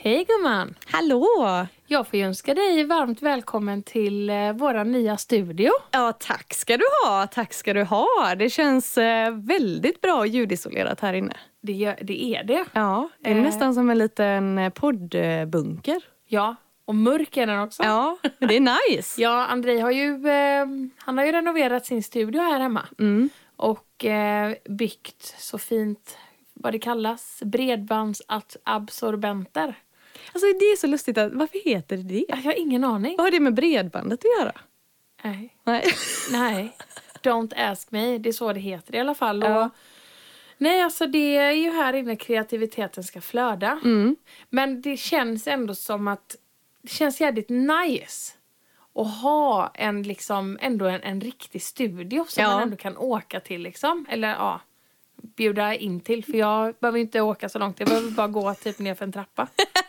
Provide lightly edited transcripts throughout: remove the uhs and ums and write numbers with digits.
Hej gumman! Hallå! Jag får önska dig varmt välkommen till våra nya studio. Ja, tack ska du ha. Tack ska du ha. Det känns väldigt bra ljudisolerat här inne. Det är det. Ja, det är nästan som en liten poddbunker. Ja, och mörk är den också. Ja, men det är nice. Ja, Andrei har ju, han har ju renoverat sin studio här hemma. Mm. Och byggt så fint, vad det kallas, bredbandsabsorbenter. Alltså det är så lustigt att, varför heter det? Jag har ingen aning. Vad har det med bredbandet att göra? Nej, don't ask me. Det är så det heter i alla fall. Ja. Och, nej, alltså det är ju här inne kreativiteten ska flöda. Mm. Men det känns ändå som att det känns jävligt nice att ha en liksom ändå en riktig studio som man ändå kan åka till liksom. Eller ja, bjuda in till. För jag behöver inte åka så långt. Jag behöver bara gå typ ner för en trappa.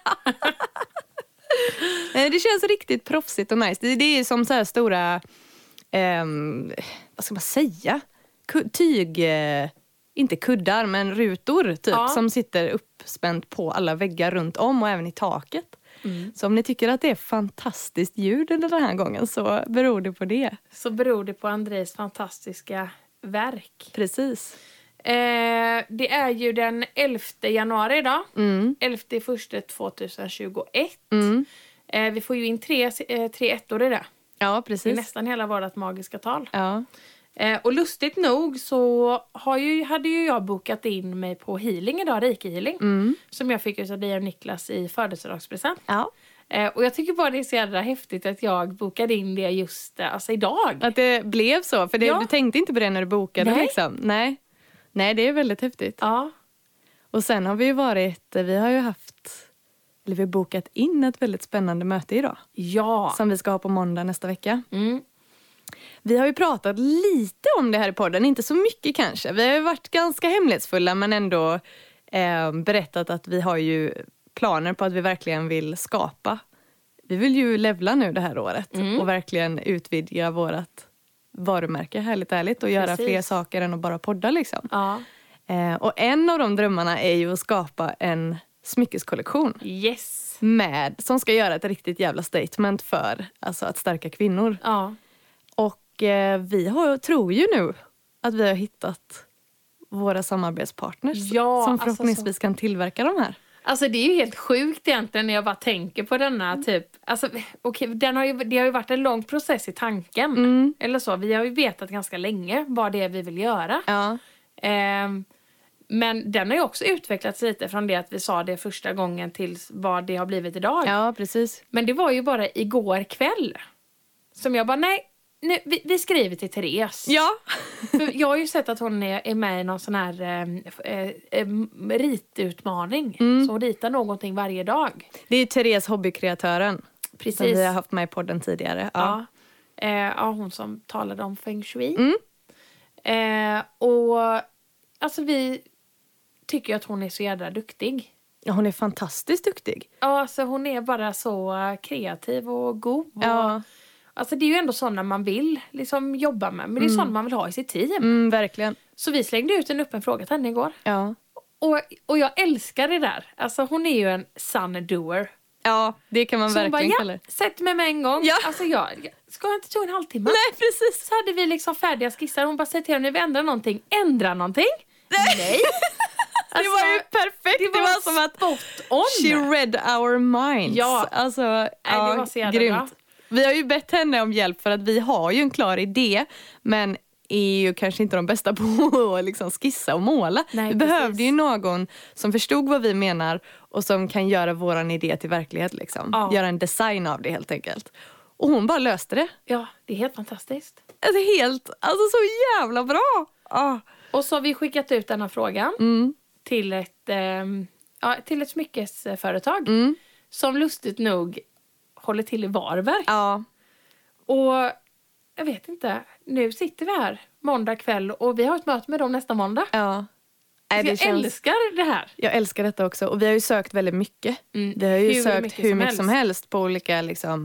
Det känns riktigt proffsigt och nice. Det är som så här stora, vad ska man säga? Tyg, inte kuddar men rutor typ. Ja. Som sitter uppspänt på alla väggar runt om och även i taket. Mm. Så om ni tycker att det är fantastiskt ljud under den här gången så beror det på det. Så beror det på Andreis fantastiska verk. Precis. Det är ju den 11 januari idag. 11/1/2021. Vi får ju in tre ettor i det. Ja, precis. Det är nästan hela vårt magiska tal. Ja. Och lustigt nog så hade ju jag bokat in mig på healing idag, Reiki-healing. Som jag fick av dig och Niklas i födelsedagspresent. Ja. Och jag tycker bara det är så jävla häftigt att jag bokade in det just idag. Att det blev så, för du tänkte inte på det när du bokade. Nej. Liksom. Nej, det är väldigt häftigt. Ja. Och sen har vi ju vi har bokat in ett väldigt spännande möte idag. Ja. Som vi ska ha på måndag nästa vecka. Mm. Vi har ju pratat lite om det här i podden, inte så mycket kanske. Vi har ju varit ganska hemlighetsfulla men ändå berättat att vi har ju planer på att vi verkligen vill skapa. Vi vill ju levla nu det här året och verkligen utvidga vårat varumärke ärligt och göra fler saker än att bara podda liksom. Ja. Och en av de drömmarna är ju att skapa en smyckeskollektion. Yes. Som ska göra ett riktigt jävla statement för att stärka kvinnor. Ja. Och vi tror ju nu att vi har hittat våra samarbetspartners som förhoppningsvis kan tillverka de här. Alltså det är ju helt sjukt egentligen när jag bara tänker på denna typ. Alltså det har ju varit en lång process i tanken. Eller så, vi har ju vetat ganska länge vad det är vi vill göra. Ja. Men den har ju också utvecklats lite från det att vi sa det första gången till vad det har blivit idag. Ja, precis. Men det var ju bara igår kväll som jag bara, nej, vi skriver till Therese. Ja. För jag har ju sett att hon är med i någon sån här ritutmaning. Så hon ritar någonting varje dag. Det är ju Therese, hobbykreatören. Precis. Som vi har haft med i podden tidigare. Ja. Hon som talade om feng shui. Och alltså vi tycker att hon är så jävla duktig. Ja, hon är fantastiskt duktig. Ja, alltså hon är bara så kreativ och god. Ja. Alltså det är ju ändå sådana man vill liksom jobba med. Men det är sådana man vill ha i sitt team. Verkligen. Så vi slängde ut en öppen fråga till henne igår. Ja. Och jag älskar det där. Alltså hon är ju en sun-doer. Ja, det kan man verkligen kalla det. Sätt mig med en gång. Ja. Alltså jag ska inte ta en halvtimme. Nej, precis. Så hade vi liksom färdiga skissar. Hon bara säger till henne, vi ändrar någonting. Ändra någonting? Nej. Alltså, det var ju perfekt. Det var som att spot on. She read our minds. Ja. Alltså, det var så jävla grymt. bra. Vi har ju bett henne om hjälp för att vi har ju en klar idé. Men är ju kanske inte de bästa på att liksom skissa och måla. Nej, vi behövde ju någon som förstod vad vi menar och som kan göra våran idé till verklighet. Liksom. Ja. Göra en design av det helt enkelt. Och hon bara löste det. Ja, det är helt fantastiskt. Alltså så jävla bra. Och så har vi skickat ut den här frågan till ett smyckesföretag som lustigt nog håller till i Varberg. Ja. Och jag vet inte, nu sitter vi här måndag kväll och vi har ett möte med dem nästa måndag. Ja. Jag älskar det här. Jag älskar detta också. Och vi har ju sökt väldigt mycket. Vi har ju sökt hur mycket som helst på olika liksom,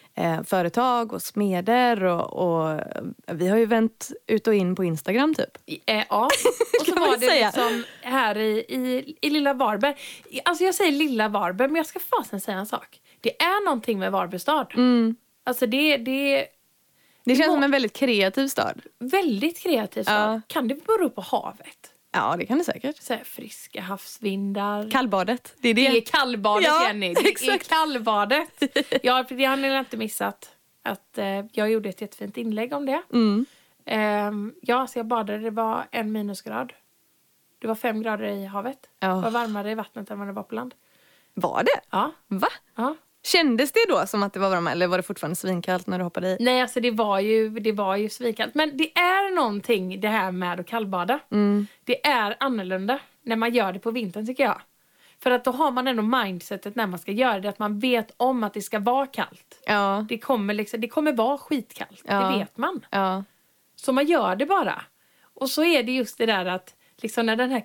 företag och smeder och vi har ju vänt ut och in på Instagram typ. Ja, och så var det liksom här i lilla Varberg. Alltså jag säger lilla Varberg, men jag ska fasen säga en sak. Det är någonting med Varberg stad. Alltså det känns som en väldigt kreativ stad. Väldigt kreativ stad. Ja. Kan det bero på havet? Ja, det kan det säkert. Så här, friska havsvindar. Kallbadet. Det är kallbadet, Jenny. Det är kallbadet. Ja, för det har ni inte missat. Att jag gjorde ett jättefint inlägg om det. Ja, så jag badade. Det var 1 minusgrad. Det var 5 grader i havet. Det var varmare i vattnet än vad det var på land. Var det? Ja. Va? Ja. Kändes det då som att det var varmt eller var det fortfarande svinkallt när du hoppade i? Nej, alltså det var ju svinkallt. Men det är någonting det här med att kallbada. Det är annorlunda när man gör det på vintern tycker jag. För att då har man ändå mindsetet när man ska göra det. Att man vet om att det ska vara kallt. Ja. Det kommer vara skitkallt. Ja. Det vet man. Ja. Så man gör det bara. Och så är det just det där att liksom när den här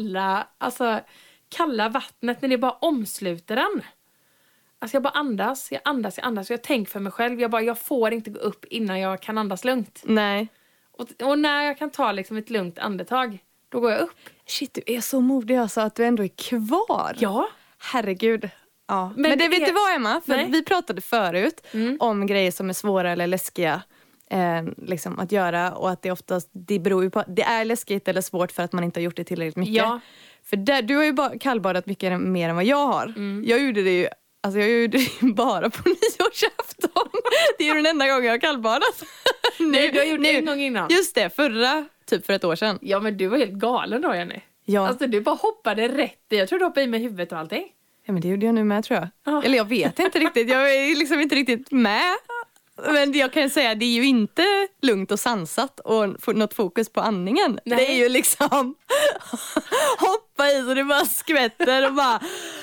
kalla vattnet, när det bara omsluter den. Alltså jag bara andas. Jag tänker för mig själv. Jag får inte gå upp innan jag kan andas lugnt. Nej. Och när jag kan ta liksom ett lugnt andetag, då går jag upp. Shit, du är så modig alltså att du ändå är kvar. Ja. Herregud. Ja. Men det vet du vad, Emma? För vi pratade förut om grejer som är svåra eller läskiga liksom att göra. Och att det oftast, det beror ju på, det är läskigt eller svårt för att man inte har gjort det tillräckligt mycket. Ja. För du har ju kallbadat mycket mer än vad jag har. Jag gjorde det ju. Alltså jag gjorde det bara på nyårsafton. Det är ju den enda gången jag har kallbadat. Nej, du har gjort det en gång innan. Just det, för ett år sedan. Ja, men du var helt galen då, Jenny. Ja. Alltså du bara hoppade rätt i. Jag tror du hoppade i med huvudet och allting. Ja, men det gjorde jag nu med, tror jag. Eller jag vet inte riktigt. Jag är liksom inte riktigt med. Men jag kan säga att det är ju inte lugnt och sansat och få något fokus på andningen. Nej. Det är ju liksom hoppa i så det bara skvätter och bara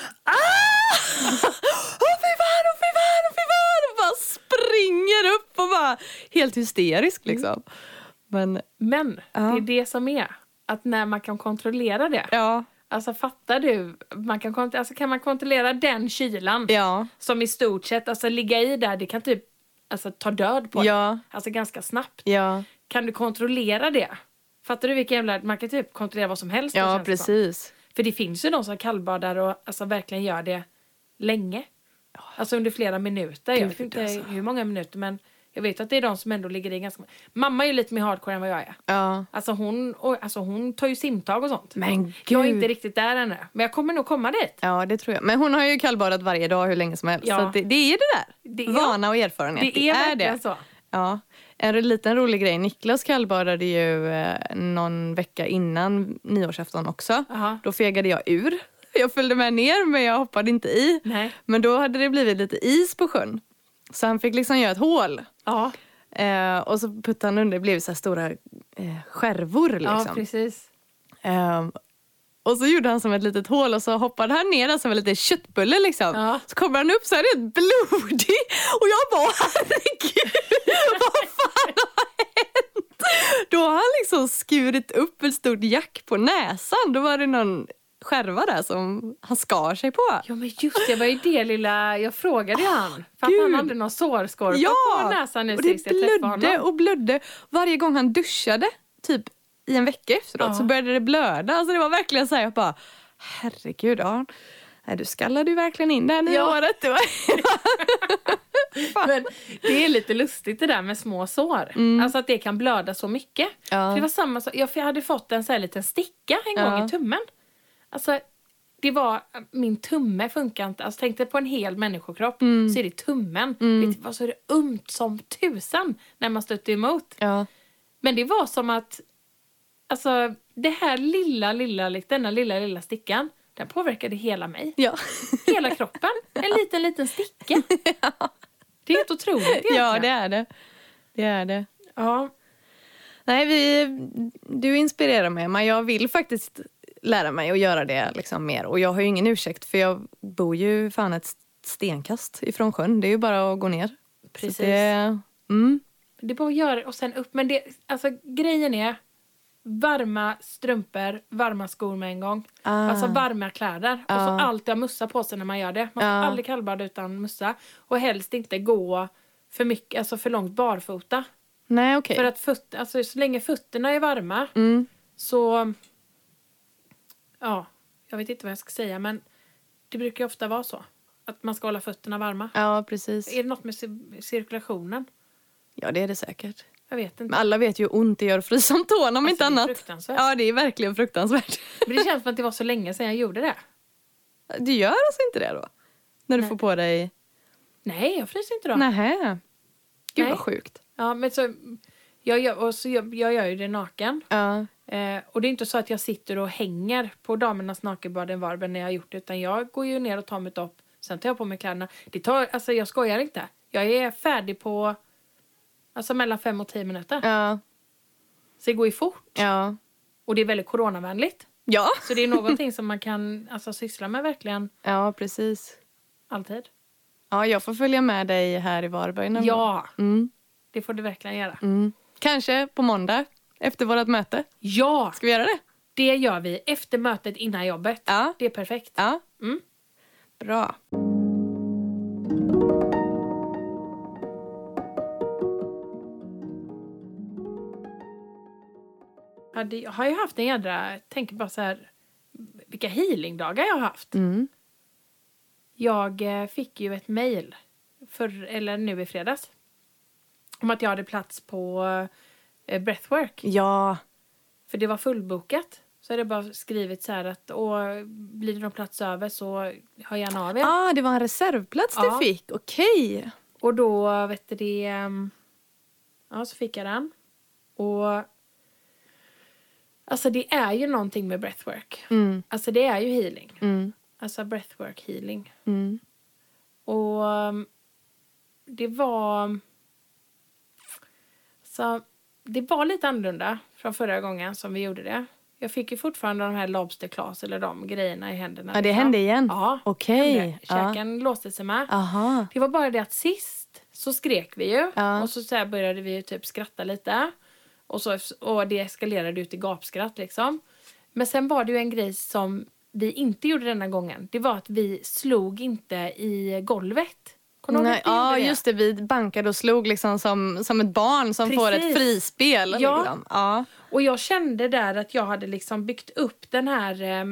och bara springer upp och bara helt hysterisk liksom. Men det är det som är att när man kan kontrollera det. Ja. Alltså fattar du, kan man kontrollera den kylan som i stort sett alltså ligga i där, det kan typ alltså ta död på det. Alltså ganska snabbt. Ja. Kan du kontrollera det? Fattar du vilken jävla, man kan typ kontrollera vad som helst. Ja, precis. För det finns ju de som kallbadar och alltså verkligen gör det länge. Alltså under flera minuter. Jag vet inte hur många minuter, men jag vet att det är de som ändå ligger i ganska... Mamma är ju lite mer hardcore än vad jag är. Ja. Alltså hon tar ju simtag och sånt. Men gud. Jag är inte riktigt där ännu. Men jag kommer nog komma dit. Ja, det tror jag. Men hon har ju kallbadat varje dag hur länge som helst. Ja. Så det är det där. Vana och erfarenhet. Det är verkligen så. Ja. En liten rolig grej. Niklas kallbadade ju någon vecka innan nyårsafton också. Då fegade jag ur. Jag följde med ner, men jag hoppade inte i. Nej. Men då hade det blivit lite is på sjön. Så han fick liksom göra ett hål. Ja. Och så puttade han under. Det blev så här stora skärvor liksom. Ja, precis. Och så gjorde han som ett litet hål och så hoppade han ner som en liten köttbulle liksom. Ja. Så kommer han upp så är det blodig. Och jag bara, herregud, vad fan har hänt? Då har han liksom skurit upp ett stort jack på näsan. Då var det någon skärva där som han skar sig på. Ja, men just det var ju det lilla, jag frågade han. För att han hade någon sårskorpa på näsan nu. Och det blödde. Varje gång han duschade, typ i en vecka efteråt, så började det blöda. Alltså det var verkligen så här, jag bara, herregud, nej, du skallade ju verkligen in det här nya året. Men det är lite lustigt det där med små sår. Alltså att det kan blöda så mycket. För det var samma sak, jag hade fått en så här liten sticka en gång i tummen. Alltså, det var, min tumme funkar inte. Alltså, tänkte på en hel människokropp så är det tummen. Det var så ömt som tusan när man stötte emot. Ja. Men det var som att, alltså, det här denna lilla stickan, den påverkade hela mig. Ja. Hela kroppen. En liten sticka. Ja. Det är helt otroligt egentligen. Ja, det är det. Det är det. Ja. Nej, du inspirerar mig, men jag vill faktiskt lära mig att göra det liksom mer. Och jag har ju ingen ursäkt, för jag bor ju fan ett stenkast ifrån sjön. Det är ju bara att gå ner. Precis. Det är bara att göra och sen upp. Men det, alltså grejen är varma strumpor, varma skor med en gång. Alltså varma kläder. Och så alltid ha mussa på sig när man gör det. Man får aldrig kallbada utan mussa. Och helst inte gå för mycket, alltså för långt barfota. Nej, okej. För att alltså, så länge fötterna är varma så... Ja, jag vet inte vad jag ska säga, men det brukar ju ofta vara så. Att man ska hålla fötterna varma. Ja, precis. Är det något med cirkulationen? Ja, det är det säkert. Jag vet inte. Men alla vet ju hur ont det gör att frysa om tårna om inte annat. Det är fruktansvärt. Ja, det är verkligen fruktansvärt. Men det känns som att det var så länge sedan jag gjorde det. Du gör alltså inte det då? När du får på dig... Nej, jag fryser inte då. Nähä. Gud Nej. vad sjukt. Ja, men så... Jag gör ju det naken. Ja. Och det är inte så att jag sitter och hänger på damernas nakenbad en varv när jag har gjort det. Utan jag går ju ner och tar mig upp. Sen tar jag på mig kläderna. Alltså jag skojar inte. Jag är färdig på alltså mellan 5 och 10 minuter. Ja. Så det går ju fort. Ja. Och det är väldigt coronavänligt. Ja. Så det är någonting som man kan alltså, syssla med verkligen Ja, precis. alltid. Ja, jag får följa med dig här i Varberg någon gång. Ja, Mm. det får du verkligen göra. Mm. Kanske på måndag efter vårt möte. Ja, Ska vi göra det? det gör vi efter mötet innan jobbet. Ja. Det är perfekt. Ja. Mm. Bra. Jag har ju haft en jädra... Tänker bara så här... Vilka healingdagar jag har haft. Mm. Jag fick ju ett mejl nu i fredags. Om att jag hade plats på breathwork. Ja. För det var fullbokat. Så hade jag bara skrivit så här att blir det någon plats över så hör gärna av er. Det var en reservplats du fick. Okej. Och då vet du det... Ja, så fick jag den. Och... Alltså det är ju någonting med breathwork. Mm. Alltså det är ju healing. Mm. Alltså breathwork healing. Mm. Och det var... Så det var lite annorlunda från förra gången som vi gjorde det. Jag fick ju fortfarande de här lobster claws eller de grejerna i händerna. Ja, det hände igen? Ja, okej. Käken låste sig med. Aha. Det var bara det att sist så skrek vi ju. Ja. Och så här började vi typ skratta lite. Och det eskalerade ut i gapskratt liksom. Men sen var det ju en grej som vi inte gjorde denna gången. Det var att vi slog inte i golvet. Nej, ja, just det. Vi bankade och slog liksom som ett barn som får ett frispel. Ja. Liksom. Ja. Och jag kände där att jag hade liksom byggt upp den här...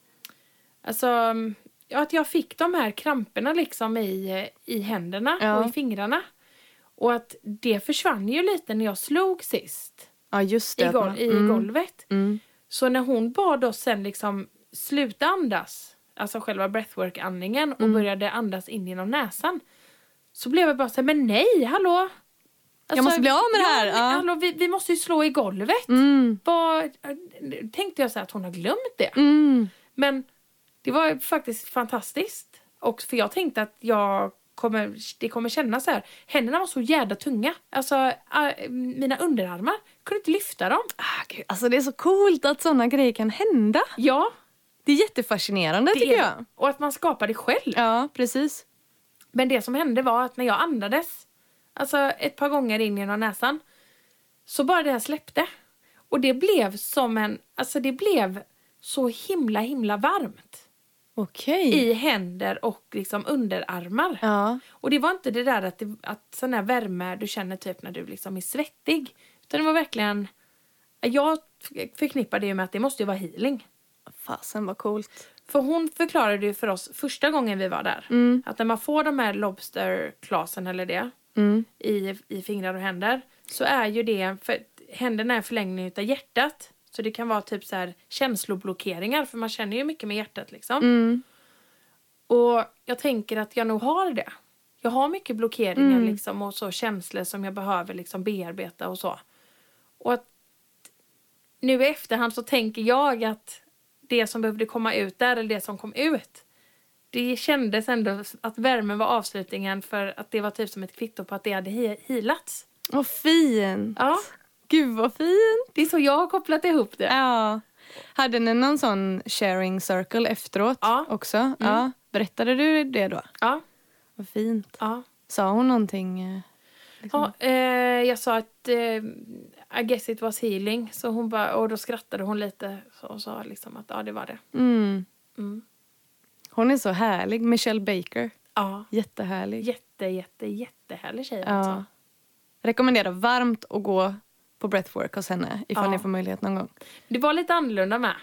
att jag fick de här kramperna liksom i händerna och i fingrarna. Och att det försvann ju lite när jag slog sist. Ja, just det. I golvet. Mm. Så när hon bad oss sen liksom sluta andas, alltså själva breathwork-andningen och började andas in genom näsan, så blev jag bara så här, men nej, hallå! Alltså, jag måste bli av med det här. Ja. Hallå, vi måste ju slå i golvet. Tänkte jag så här att hon har glömt det. Mm. Men det var faktiskt fantastiskt. Och för jag tänkte att det kommer kännas så här. Händerna var så jävla tunga. Alltså, mina underarmar kunde inte lyfta dem. Gud, alltså det är så coolt att sådana grejer kan hända. Ja. Det är jättefascinerande tycker jag. Och att man skapar det själv. Ja, precis. Men det som hände var att när jag andades, alltså ett par gånger in genom näsan, så bara det här släppte. Och det blev det blev så himla varmt. Okej. I händer och liksom underarmar. Ja. Och det var inte det där att sån här värme du känner typ när du liksom är svettig. Utan det var verkligen... Jag förknippade det med att det måste ju vara healing. Fasen vad coolt. För hon förklarade ju för oss första gången vi var där. Att när man får de här lobster-klasen eller det. I fingrar och händer. Så är ju det... För händerna är en förlängning av hjärtat. Så det kan vara typ så här känsloblockeringar. För man känner ju mycket med hjärtat liksom. Och jag tänker att jag nog har det. Jag har mycket blockeringar liksom. Och så känslor som jag behöver liksom bearbeta och så. Och att nu i efterhand så tänker jag att det som behövde komma ut där. Eller det som kom ut. Det kändes ändå att värmen var avslutningen. För att det var typ som ett kvitto på att det hade healats. Vad fint. Ja. Gud vad fint. Det är så jag har kopplat ihop det. Ja. Hade ni någon sån sharing circle efteråt också? Ja. Berättade du det då? Ja. Vad fint. Ja. Sa hon någonting? Liksom? Ja, jag sa att I guess it was healing. Så hon bara, och då skrattade hon lite och sa liksom att det var det. Hon är så härlig. Michelle Baker. Ja. Jättehärlig. Jättehärlig tjej Ja. alltså. Rekommenderar varmt att gå på breathwork hos henne ifall Ja. ni får möjlighet någon gång. Det var lite annorlunda med.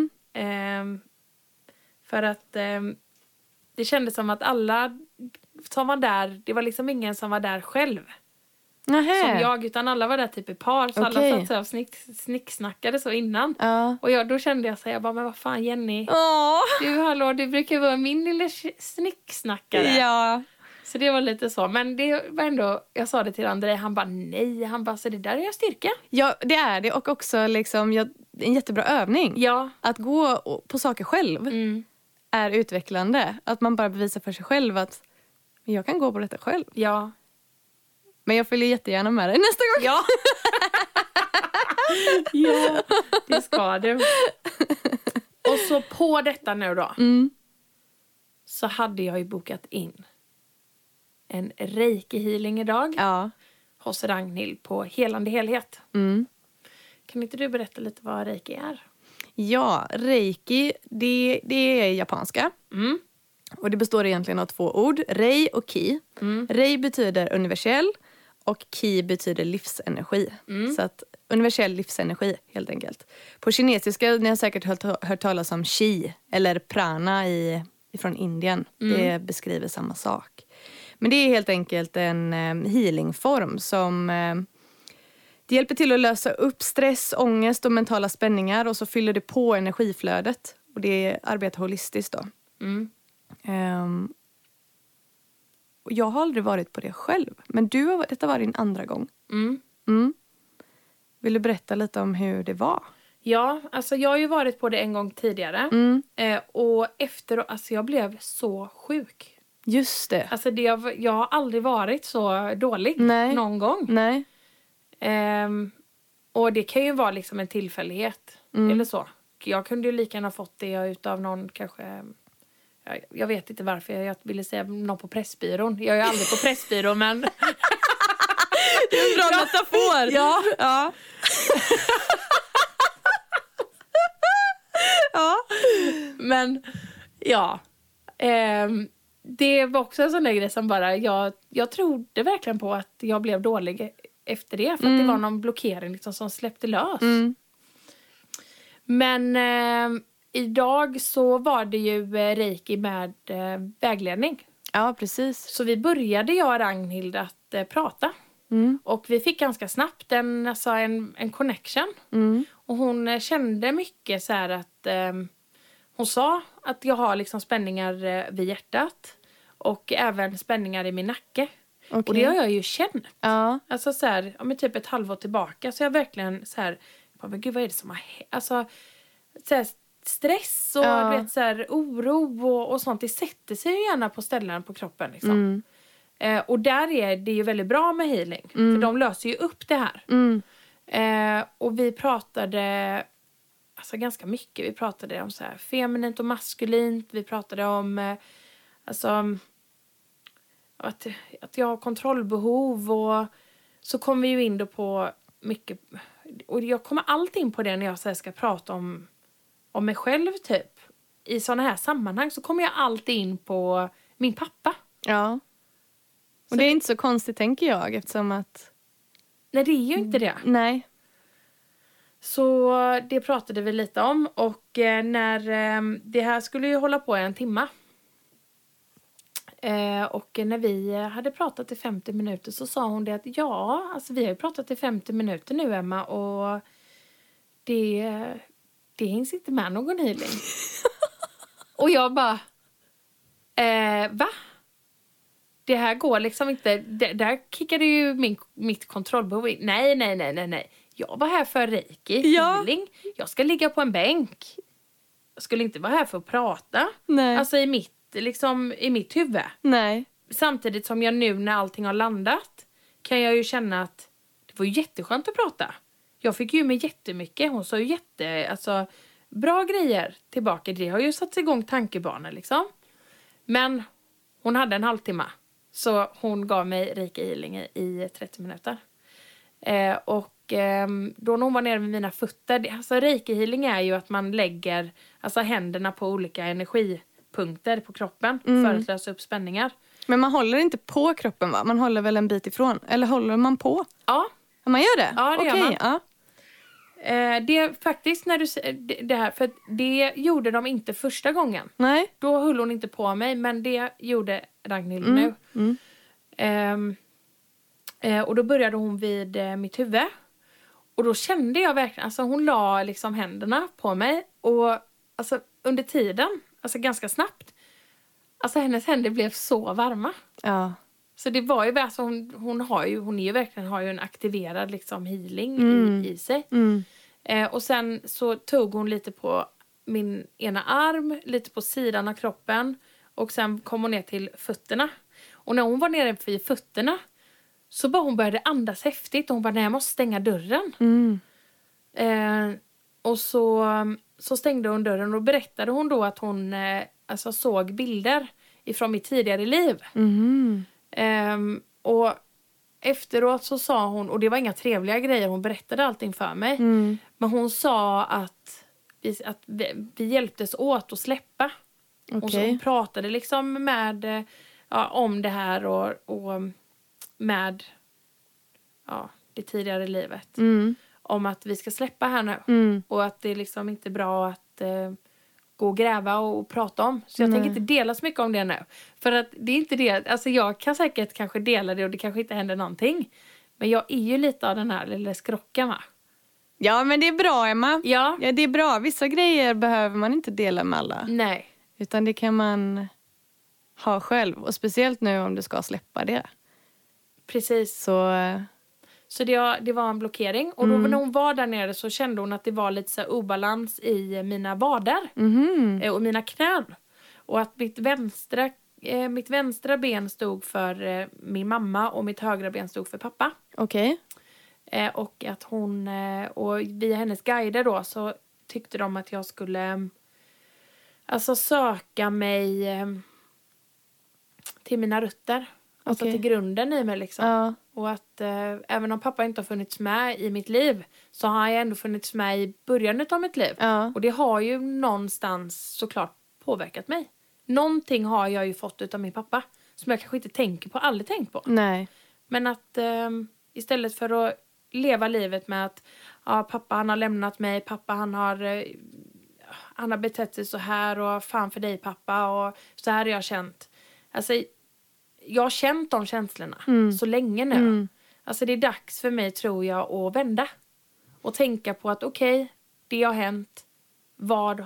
För att det kändes som att alla som var där, det var liksom ingen som var där själv. Nähä. Som jag, utan alla var där typ i par. Så Okej. alla satt så och snicksnackade så innan. Ja. Och då kände jag så här, jag bara, men vad fan Jenny. Åh. Du brukar vara min lilla snicksnackare. Ja. Så det var lite så. Men det var ändå, jag sa det till André, han bara nej. Han bara, så det där är jag styrka. Ja, det är det. Och också liksom, en jättebra övning. Ja. Att gå på saker själv är utvecklande. Att man bara bevisar för sig själv att jag kan gå på detta själv. Ja. Men jag följer jättegärna med dig nästa gång. Ja. Ja, det ska du. Och så på detta nu då. Så hade jag ju bokat in en reiki-healing idag. Ja. Hos Ragnhild på Helande Helhet. Kan inte du berätta lite vad reiki är? Ja, reiki, det är japanska. Och det består egentligen av 2 ord, rei och ki. Rei betyder universell och ki betyder livsenergi. Så att universell livsenergi helt enkelt. På kinesiska, ni har säkert hört talas om chi eller prana från Indien. Det beskriver samma sak. Men det är helt enkelt en healingform som det hjälper till att lösa upp stress, ångest och mentala spänningar. Och så fyller det på energiflödet. Och det arbetar holistiskt då. Och jag har aldrig varit på det själv. Men detta var din andra gång. Vill du berätta lite om hur det var? Ja, alltså jag har ju varit på det en gång tidigare. Och alltså jag blev så sjuk. Just det. Alltså jag har aldrig varit så dålig någon gång. Nej. Och det kan ju vara liksom en tillfällighet. Eller så. Jag kunde ju lika gärna fått det utav någon kanske... Jag vet inte varför jag ville säga någon på Pressbyrån. Jag är ju aldrig på Pressbyrån, men... Det är en bra metafor. Ja. Ja. Ja. Men, ja. Det var också en sån där grej som bara... Jag trodde verkligen på att jag blev dålig efter det. För att det var någon blockering liksom som släppte lös. Men idag så var det ju reiki med vägledning. Ja, precis. Så vi började, jag och Ragnhild, att prata. Och vi fick ganska snabbt en connection. Och hon kände mycket så här att... hon sa att jag har liksom spänningar vid hjärtat. Och även spänningar i min nacke. Okay. Och det har jag ju känt. Ja. Alltså så här, om typ ett halvår tillbaka. Så jag verkligen så här... Men gud, vad är det som har... Alltså, så här, stress och du vet, så här, oro och sånt. Det sätter sig ju gärna på ställen på kroppen. Liksom. Och där är det ju väldigt bra med healing. För de löser ju upp det här. Och vi pratade alltså ganska mycket. Vi pratade om så här feminint och maskulint. Vi pratade om alltså att jag har kontrollbehov. Och så kom vi ju in då på mycket. Och jag kommer alltid in på det när jag så här ska prata om mig själv typ. I sådana här sammanhang så kommer jag alltid in på min pappa. Ja. Och så det är inte så konstigt, tänker jag, eftersom att... Nej, det är ju inte det. Nej. Så det pratade vi lite om. Och när det här skulle ju hålla på 1 timme. Och när vi hade pratat i 50 minuter så sa hon det att ja, alltså vi har ju pratat i 50 minuter nu, Emma. Och det hinns inte med någon healing. Och jag bara, va? Det här går liksom inte. Där kickade ju mitt kontrollbehov in. Nej. Jag var här för reiki, healing. Jag ska ligga på en bänk. Jag skulle inte vara här för att prata. Nej. Alltså i mitt huvud. Nej. Samtidigt som jag nu när allting har landat kan jag ju känna att det var ju jätteskönt att prata. Jag fick ju med jättemycket. Hon sa ju bra grejer tillbaka. Det har ju satt igång tankebanor liksom. Men hon hade en halvtimme. Så hon gav mig reiki healing i 30 minuter. Och då när hon var nere med mina fötter. Alltså reiki healing är ju att man lägger händerna på olika energipunkter på kroppen. För att lösa upp spänningar. Men man håller inte på kroppen, va? Man håller väl en bit ifrån? Eller håller man på? Ja. Man gör det? Ja, det gör man. Ja. Det är faktiskt när du det här, för det gjorde de inte första gången. Nej. Då höll hon inte på mig, men det gjorde Ragnhild nu. Och då började hon vid mitt huvud. Och då kände jag verkligen, alltså hon la liksom händerna på mig. Och alltså under tiden, alltså ganska snabbt, alltså hennes händer blev så varma. Ja. Så det var ju, alltså hon är ju verkligen, har ju en aktiverad liksom healing i sig. Och sen så tog hon lite på min ena arm, lite på sidan av kroppen. Och sen kom hon ner till fötterna. Och när hon var nere vid fötterna så bara hon började andas häftigt. Och hon bara, nej, jag måste stänga dörren. Och så stängde hon dörren. Och berättade hon då att hon alltså såg bilder ifrån mitt tidigare liv. Och efteråt så sa hon, och det var inga trevliga grejer, hon berättade allting för mig. Men hon sa att vi hjälptes åt att släppa. Okay. Och så hon pratade liksom med om det här och med det tidigare livet. Om att vi ska släppa här nu. Och att det liksom inte är bra att gå och gräva och prata om. Så jag tänker inte dela så mycket om det nu. För att det är inte det. Alltså jag kan säkert kanske dela det och det kanske inte händer någonting. Men jag är ju lite av den här lilla skrocken, va? Ja, men det är bra, Emma. Ja, det är bra. Vissa grejer behöver man inte dela med alla. Nej. Utan det kan man ha själv. Och speciellt nu om du ska släppa det. Precis. Så det var en blockering. Och då när hon var där nere så kände hon att det var lite så här obalans i mina vader. Och mina knän. Och att mitt vänstra ben stod för min mamma och mitt högra ben stod för pappa. Okej. Och att hon, och via hennes guider då så tyckte de att jag skulle alltså söka mig till mina rötter. Alltså till grunden i mig liksom. Ja. Och att även om pappa inte har funnits med i mitt liv så har jag ändå funnits med i början av mitt liv. Ja. Och det har ju någonstans såklart påverkat mig. Någonting har jag ju fått utav min pappa som jag kanske inte tänker på, aldrig tänkt på. Nej. Men att istället för att leva livet med att pappa han har lämnat mig, pappa han har betett sig så här och fan för dig pappa och så här har jag känt. Alltså jag har känt de känslorna så länge nu. Alltså det är dags för mig tror jag att vända. Och tänka på att okej, det har hänt. Vad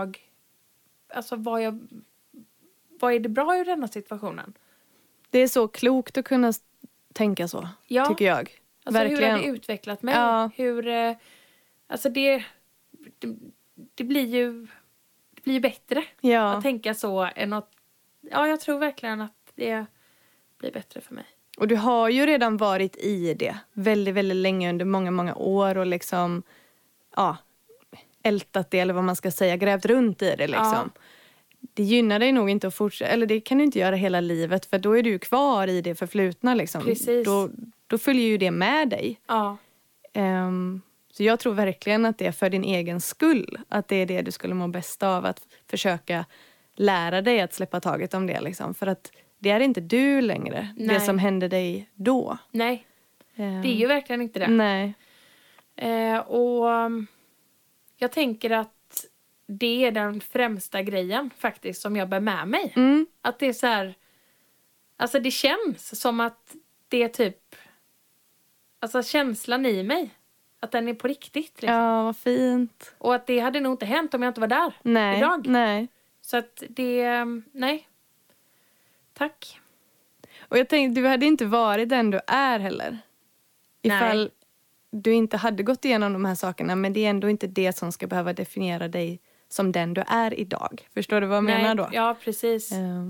är det bra i denna situationen? Det är så klokt att kunna tänka så, tycker jag. Alltså verkligen. Hur har det utvecklat mig? Ja. Alltså det blir ju bättre att tänka så än att jag tror verkligen att det blir bättre för mig. Och du har ju redan varit i det väldigt, väldigt länge under många, många år och liksom ältat det eller vad man ska säga, grävt runt i det liksom. Ja. Det gynnar dig nog inte att fortsätta, eller det kan du inte göra hela livet för då är du kvar i det förflutna liksom. Precis. Då följer ju det med dig. Ja. Så jag tror verkligen att det är för din egen skull att det är det du skulle må bäst av, att försöka lära dig att släppa taget om det liksom. För att det är inte du längre, det som hände dig då. Nej, det är ju verkligen inte det. Nej. Och jag tänker att det är den främsta grejen faktiskt som jag bär med mig. Att det är så här, alltså det känns som att det är typ, alltså känslan i mig, att den är på riktigt. Liksom. Ja, vad fint. Och att det hade nog inte hänt om jag inte var där idag. Nej. Så att det, nej. Tack. Och jag tänkte, du hade inte varit den du är heller. Ifall du inte hade gått igenom de här sakerna. Men det är ändå inte det som ska behöva definiera dig som den du är idag. Förstår du vad jag menar då? Ja, precis.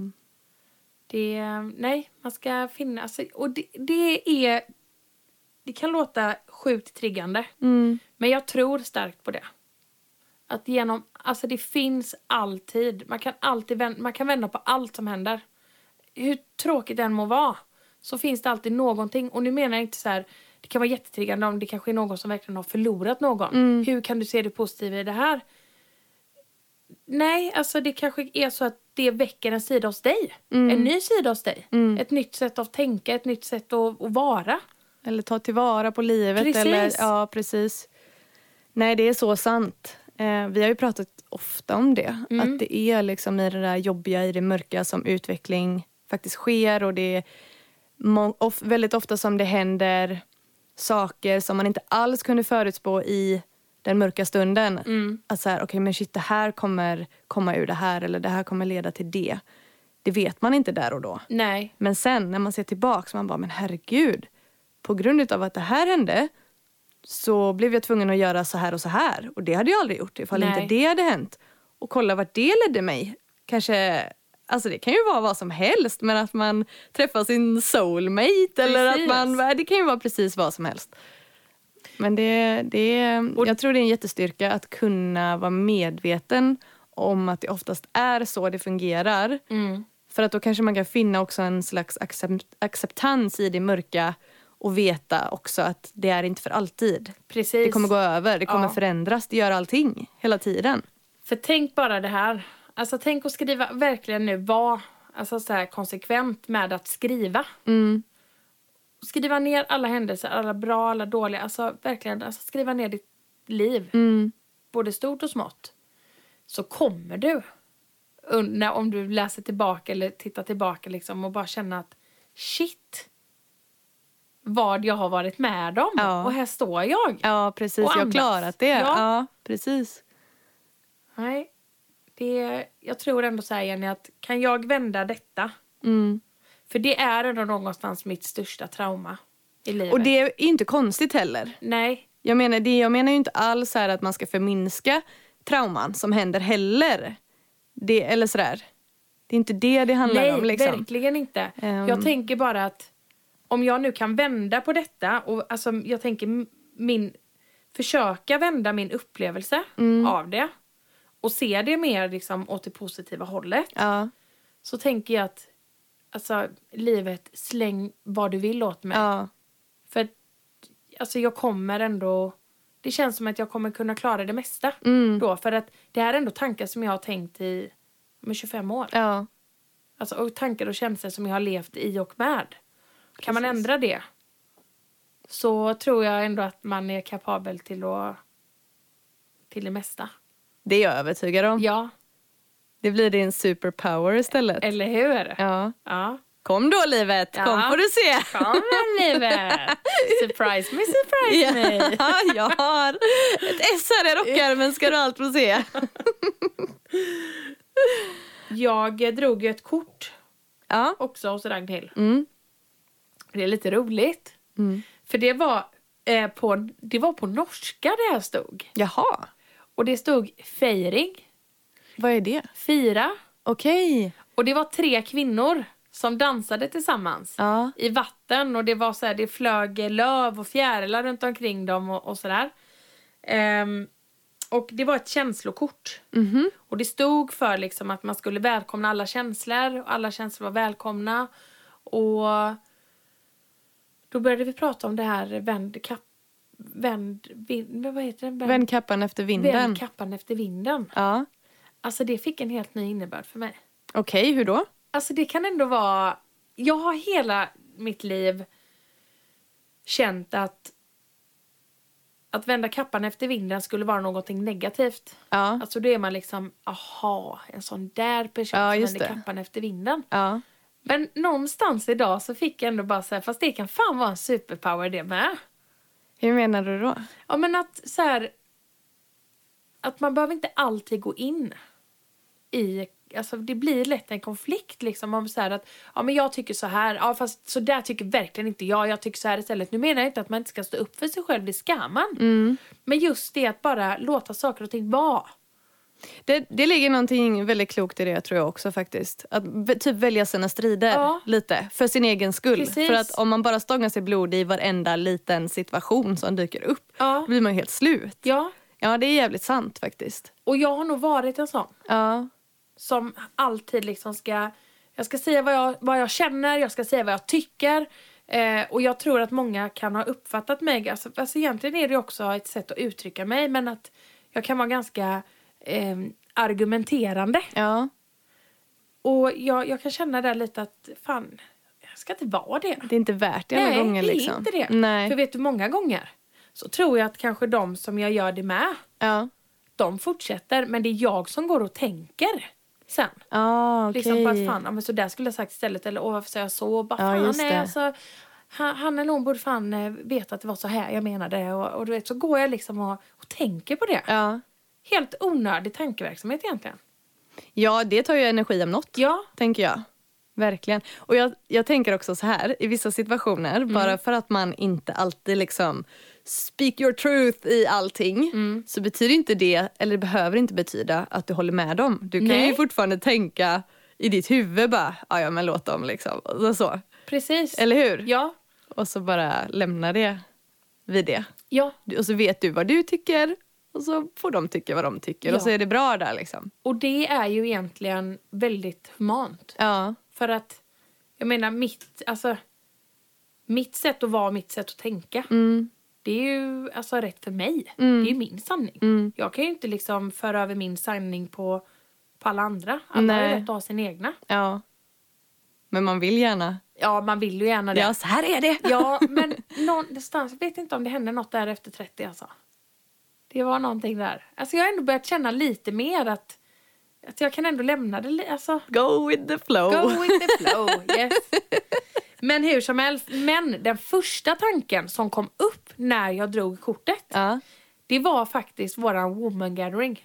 Man ska finna, alltså, och det kan låta sjukt triggande. Men jag tror starkt på det. Att alltså det finns alltid, man kan vända på allt som händer. Hur tråkigt det än må vara, så finns det alltid någonting. Och nu menar jag inte så här, det kan vara jättetriggande om det kanske är någon som verkligen har förlorat någon. Hur kan du se det positiva i det här? Nej, alltså det kanske är så att det väcker en sida hos dig. En ny sida hos dig. Ett nytt sätt att tänka, ett nytt sätt att vara. Eller ta tillvara på livet. Precis. Eller, ja, precis. Nej, det är så sant. Vi har ju pratat ofta om det. Att det är liksom i det där jobbiga, i det mörka som utveckling faktiskt sker. Och det är väldigt ofta som det händer saker som man inte alls kunde förutspå i den mörka stunden. Att så här, okej, men shit, det här kommer komma ur det här. Eller det här kommer leda till det. Det vet man inte där och då. Nej. Men sen när man ser tillbaka så man bara, men herregud. På grund av att det här hände så blev jag tvungen att göra så här och så här. Och det hade jag aldrig gjort ifall inte det hade hänt. Och kolla vart det ledde mig. Kanske, alltså det kan ju vara vad som helst. Men att man träffar sin soulmate. Eller att det kan ju vara precis vad som helst. Men jag tror det är en jättestyrka att kunna vara medveten om att det oftast är så det fungerar. För att då kanske man kan finna också en slags acceptans i det mörka. Och veta också att det är inte för alltid. Precis. Det kommer gå över, det kommer förändras, det gör allting hela tiden. För tänk bara det här. Alltså tänk att skriva, verkligen nu vara alltså så här konsekvent med att skriva. Skriva ner alla händelser, alla bra, alla dåliga. Alltså verkligen, alltså skriva ner ditt liv. Både stort och smått. Så kommer du, om du läser tillbaka eller tittar tillbaka liksom, och bara känna att shit, vad jag har varit med om. Ja. Och här står jag. Ja, precis. Jag har klarat det. Ja, precis. Nej, jag tror ändå så här, Jenny, att kan jag vända detta? För det är ändå någonstans mitt största trauma i livet. Och det är inte konstigt heller. Nej. Jag menar ju inte alls här att man ska förminska trauman som händer heller. Eller sådär. Det är inte det handlar om liksom. Nej, verkligen inte. Jag tänker bara att om jag nu kan vända på detta och alltså jag tänker försöka vända min upplevelse av det och se det mer liksom åt det positiva hållet. Ja. Så tänker jag att alltså livet, släng vad du vill åt mig. Ja. För alltså jag kommer ändå, det känns som att jag kommer kunna klara det mesta då, för att det här är ändå tankar som jag har tänkt i 25 år. Ja. Alltså och tankar och känslor som jag har levt i och med. Kan man ändra det så tror jag ändå att man är kapabel till det mesta. Det är jag övertygad om. Ja. Det blir din superpower istället. Eller hur? Ja. Kom då livet, kom får du se. Kom då livet. Surprise me, surprise me. Ja, jag har ett S här i rockärmen, ska du allt få se. Jag drog ju ett kort också hos Ragnhild. Det är lite roligt. För det var på norska det här stod. Jaha. Och det stod feiring. Vad är det? Fira. Okej. Och det var 3 kvinnor som dansade tillsammans i vatten. Och det var så här, det flög löv och fjärilar runt omkring dem och sådär. Och det var ett känslokort. Och det stod för liksom att man skulle välkomna alla känslor. Och alla känslor var välkomna. Och då började vi prata om det här vänd kappan efter vinden. Vänd kappan efter vinden. Ja. Alltså det fick en helt ny innebörd för mig. Okej, hur då? Alltså det kan ändå vara, jag har hela mitt liv känt att vända kappan efter vinden skulle vara någonting negativt. Ja. Alltså då är man liksom, en sån där person som vänder kappan efter vinden. Ja. Men någonstans idag så fick jag ändå bara säga, fast det kan fan vara en superpower det med. Hur menar du då? Ja, men att så här, att man behöver inte alltid gå in i, alltså det blir lätt en konflikt liksom om så här att men jag tycker så här, fast så där tycker verkligen inte jag tycker så här istället. Nu menar jag inte att man inte ska stå upp för sig själv, det ska man. Men just det att bara låta saker och ting vara. Det ligger någonting väldigt klokt i det, tror jag också faktiskt. Att typ välja sina strider lite, för sin egen skull. Precis. För att om man bara stångar sig blod i varenda liten situation som dyker upp, då blir man helt slut. Ja, det är jävligt sant faktiskt. Och jag har nog varit en sån. Ja. Som alltid liksom jag ska säga vad jag känner, jag ska säga vad jag tycker. Och jag tror att många kan ha uppfattat mig. Alltså egentligen är det också ett sätt att uttrycka mig. Men att jag kan vara ganska argumenterande. Ja. Och jag kan känna där lite att fan, jag ska inte vara det. Det är inte värt det alla gånger liksom. Nej, det är inte det. Nej. För vet du, många gånger så tror jag att kanske de som jag gör det med, Ja. de fortsätter. Men det är jag som går och tänker sen. Okej. Liksom bara fan, men så där skulle jag sagt istället. Eller varför säger jag så? Bara, Ja, fan, just nej, det. alltså, han eller hon borde fan veta att det var så här jag menade. Och du vet, så går jag liksom och tänker på det. Ja. Helt onödig tankeverksamhet egentligen. Ja, det tar ju energi om något, Ja. tänker jag. Verkligen. Och jag tänker också så här, i vissa situationer, bara för att man inte alltid liksom speak your truth i allting, så betyder inte det, eller det behöver inte betyda att du håller med dem. Du kan Nej. ju fortfarande tänka i ditt huvud bara, ja men låt dem liksom. Och så. Precis. Eller hur? Ja. Och så bara lämna det vid det. Ja. Och så vet du vad du tycker. Och så får de tycka vad de tycker. Ja. Och så är det bra där liksom. Och det är ju egentligen väldigt humant. Ja. För att, jag menar, mitt sätt att vara, mitt sätt att tänka. Det är ju alltså rätt för mig. Det är ju min sanning. Jag kan ju inte liksom föra över min sanning på alla andra. Alla har ju rätt att ha sin egna. Ja. Men man vill gärna. Ja, man vill ju gärna det. Ja, så här är det. Ja, men någonstans, jag vet inte om det hände något där efter 30 alltså. Det var någonting där. Alltså jag har ändå börjat känna lite mer att jag kan ändå lämna det. Alltså, Go with the flow. go with the flow, yes. Men hur som helst, den första tanken som kom upp när jag drog kortet, Ja. det var faktiskt våran woman gathering.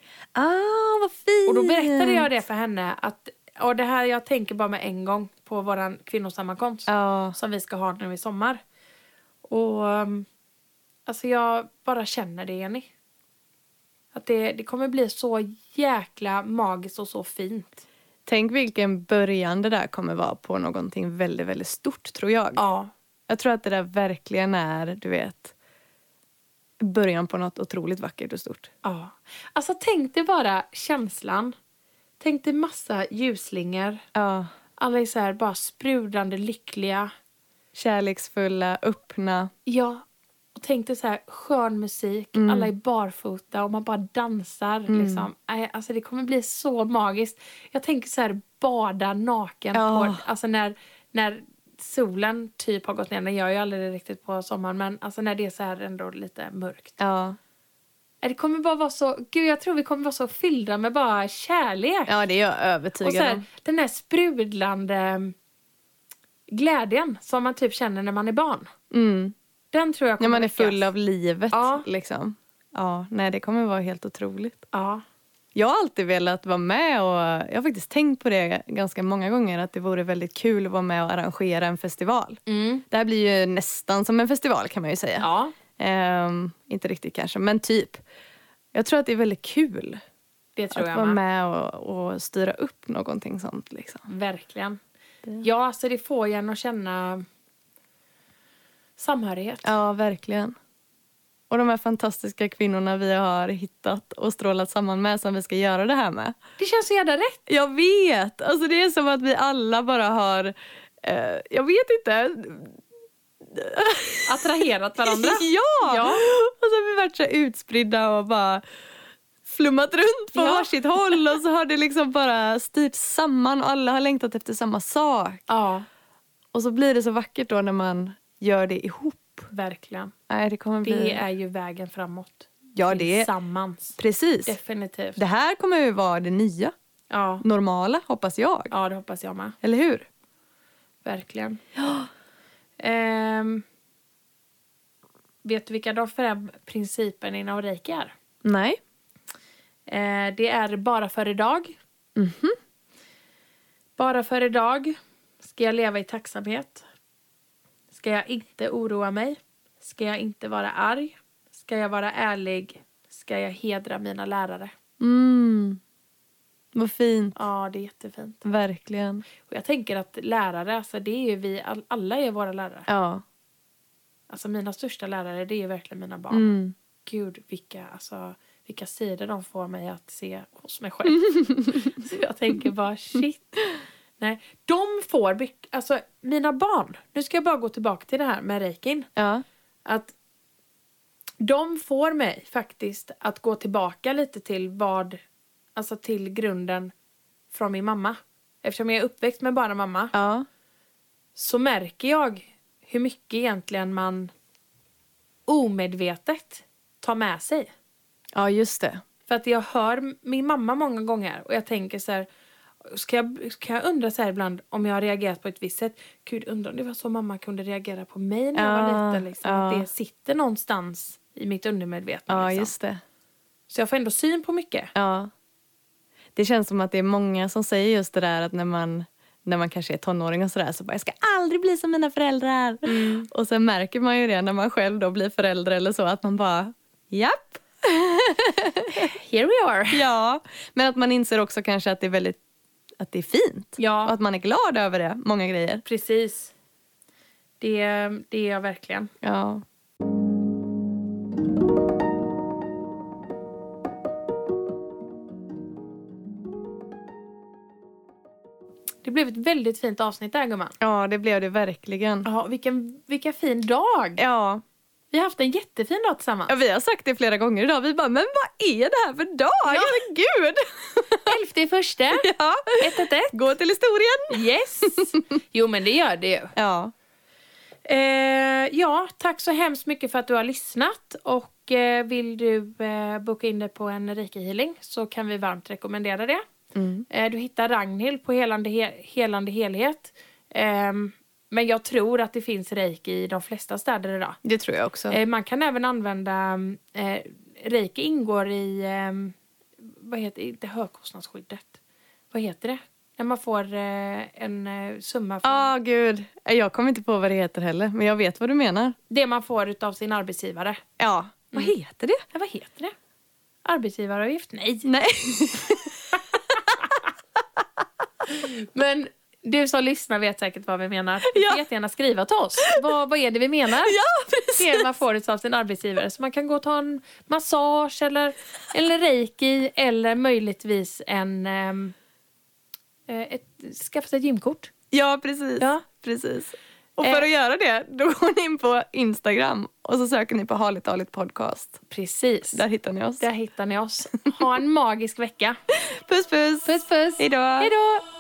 Vad fint. Och då berättade jag det för henne att det här jag tänker bara med en gång på våran kvinnosammankomst som vi ska ha nu i sommar. Och alltså jag bara känner det, Jenny. Att det kommer bli så jäkla magiskt och så fint. Tänk vilken början det där kommer vara på någonting väldigt, väldigt stort, tror jag. Ja. Jag tror att det där verkligen är, du vet, början på något otroligt vackert och stort. Ja. Alltså tänk dig bara känslan. Tänk dig massa ljusslingor. Ja. Alla är så här bara sprudlande lyckliga. Kärleksfulla, öppna. Ja. Och tänk dig så här skön musik. Alla är barfota och man bara dansar. Liksom. Alltså det kommer bli så magiskt. Jag tänker så här bada naken. På, alltså när solen typ har gått ner. Den gör ju aldrig det riktigt på sommaren. Men alltså när det är så här ändå lite mörkt. Ja. Det kommer bara vara så... Gud, jag tror vi kommer vara så fyllda med bara kärlek. Ja, det är jag övertygad och så här, om. den här sprudlande glädjen som man typ känner när man är barn. Den tror jag kommer När man är väckas. full av livet, Ja. liksom. Ja, nej, det kommer vara helt otroligt. Ja. Jag har alltid velat vara med och jag har faktiskt tänkt på det ganska många gånger att det vore väldigt kul att vara med och arrangera en festival. Det här blir ju nästan som en festival kan man ju säga. Ja. Inte riktigt kanske, men typ. Jag tror att det är väldigt kul Det tror att jag vara med och styra upp någonting sånt. Liksom. Verkligen. Ja, alltså det får en att känna samhörighet. Ja, verkligen. Och de här fantastiska kvinnorna vi har hittat och strålat samman med som vi ska göra det här med. Det känns så jävla rätt. Jag vet! Alltså det är som att vi alla bara har... jag vet inte... Attraherat varandra. Ja! Och så har vi varit så utspridda och bara flummat runt på varsitt håll. Och så har det liksom bara styrt samman och alla har längtat efter samma sak. Ja. Och så blir det så vackert då när man gör det ihop. Verkligen. Nej, det kommer bli... Det är ju vägen framåt. Ja, det är... Tillsammans. Precis. Definitivt. Det här kommer ju vara det nya. Ja. Normala, hoppas jag. Ja, det hoppas jag med. Eller hur? Verkligen. Vet du vilka de 5 principerna inom Reiki är? Nej. Det är bara för idag. Bara för idag ska jag leva i tacksamhet. Ska jag inte oroa mig? Ska jag inte vara arg? Ska jag vara ärlig? Ska jag hedra mina lärare? Vad fint. Ja, det är jättefint. Verkligen. Och jag tänker att lärare, alltså det är ju vi, alla är våra lärare. Ja. Alltså mina största lärare, det är ju verkligen mina barn. Gud, vilka sidor de får mig att se hos mig själv. Så jag tänker bara, shit. Nej, de får, alltså mina barn, nu ska jag bara gå tillbaka till det här med reikin. Ja. Att de får mig faktiskt att gå tillbaka lite till vad alltså till grunden från min mamma. Eftersom jag är uppväxt med bara mamma. Ja. Så märker jag hur mycket egentligen man omedvetet tar med sig. Ja, just det. För att jag hör min mamma många gånger. Och jag tänker så här. Kan jag undra så här ibland om jag har reagerat på ett visst sätt. Gud, undrar om det var så mamma kunde reagera på mig när jag var liten. Liksom. Att det sitter någonstans i mitt undermedvetna. Ja, liksom. just det. Så jag får ändå syn på mycket. Ja. Det känns som att det är många som säger just det där att när man kanske är tonåring och sådär så bara, jag ska aldrig bli som mina föräldrar. Och sen märker man ju det när man själv då blir förälder eller så att man bara, japp. Here we are. Ja, men att man inser också kanske att det är fint. Ja. Och att man är glad över det, många grejer. Precis. Det är jag verkligen. Ja. Det blev ett väldigt fint avsnitt där, gumman. Ja, det blev det verkligen. Ja, vilken fin dag. Ja. Vi har haft en jättefin dag tillsammans. Ja, vi har sagt det flera gånger idag. Vi bara, men vad är det här för dag? Ja. Herregud! 11:1. Ja. 111. Gå till historien. Yes. Jo, men det gör det ju. Ja. Ja, tack så hemskt mycket för att du har lyssnat. Och vill du boka in dig på en reiki-healing så kan vi varmt rekommendera det. Du hittar Ragnhild på helande helhet. Men jag tror att det finns reiki i de flesta städer idag. Det tror jag också. Man kan även använda reiki ingår i vad heter inte högkostnadsskyddet. Vad heter det? När man får en summa från Gud. Jag kommer inte på vad det heter heller, men jag vet vad du menar. det man får av sin arbetsgivare. Ja. Vad heter det? Ja, vad heter det? Arbetsgivaravgift? Nej. Men du som lyssnar vet säkert vad vi menar. Du får jättegärna skriva till oss. Vad är det vi menar? Ja, precis. Det man får av sin arbetsgivare. Så man kan gå och ta en massage eller reiki eller möjligtvis skaffa sig ett gymkort. Ja, precis. Ja. Precis. Och för att göra det, då går ni in på Instagram och så söker ni på Harligt Harligt podcast. Precis. Där hittar ni oss. Ha en magisk vecka. Puss, puss. Puss, puss. Hej då. Hej då.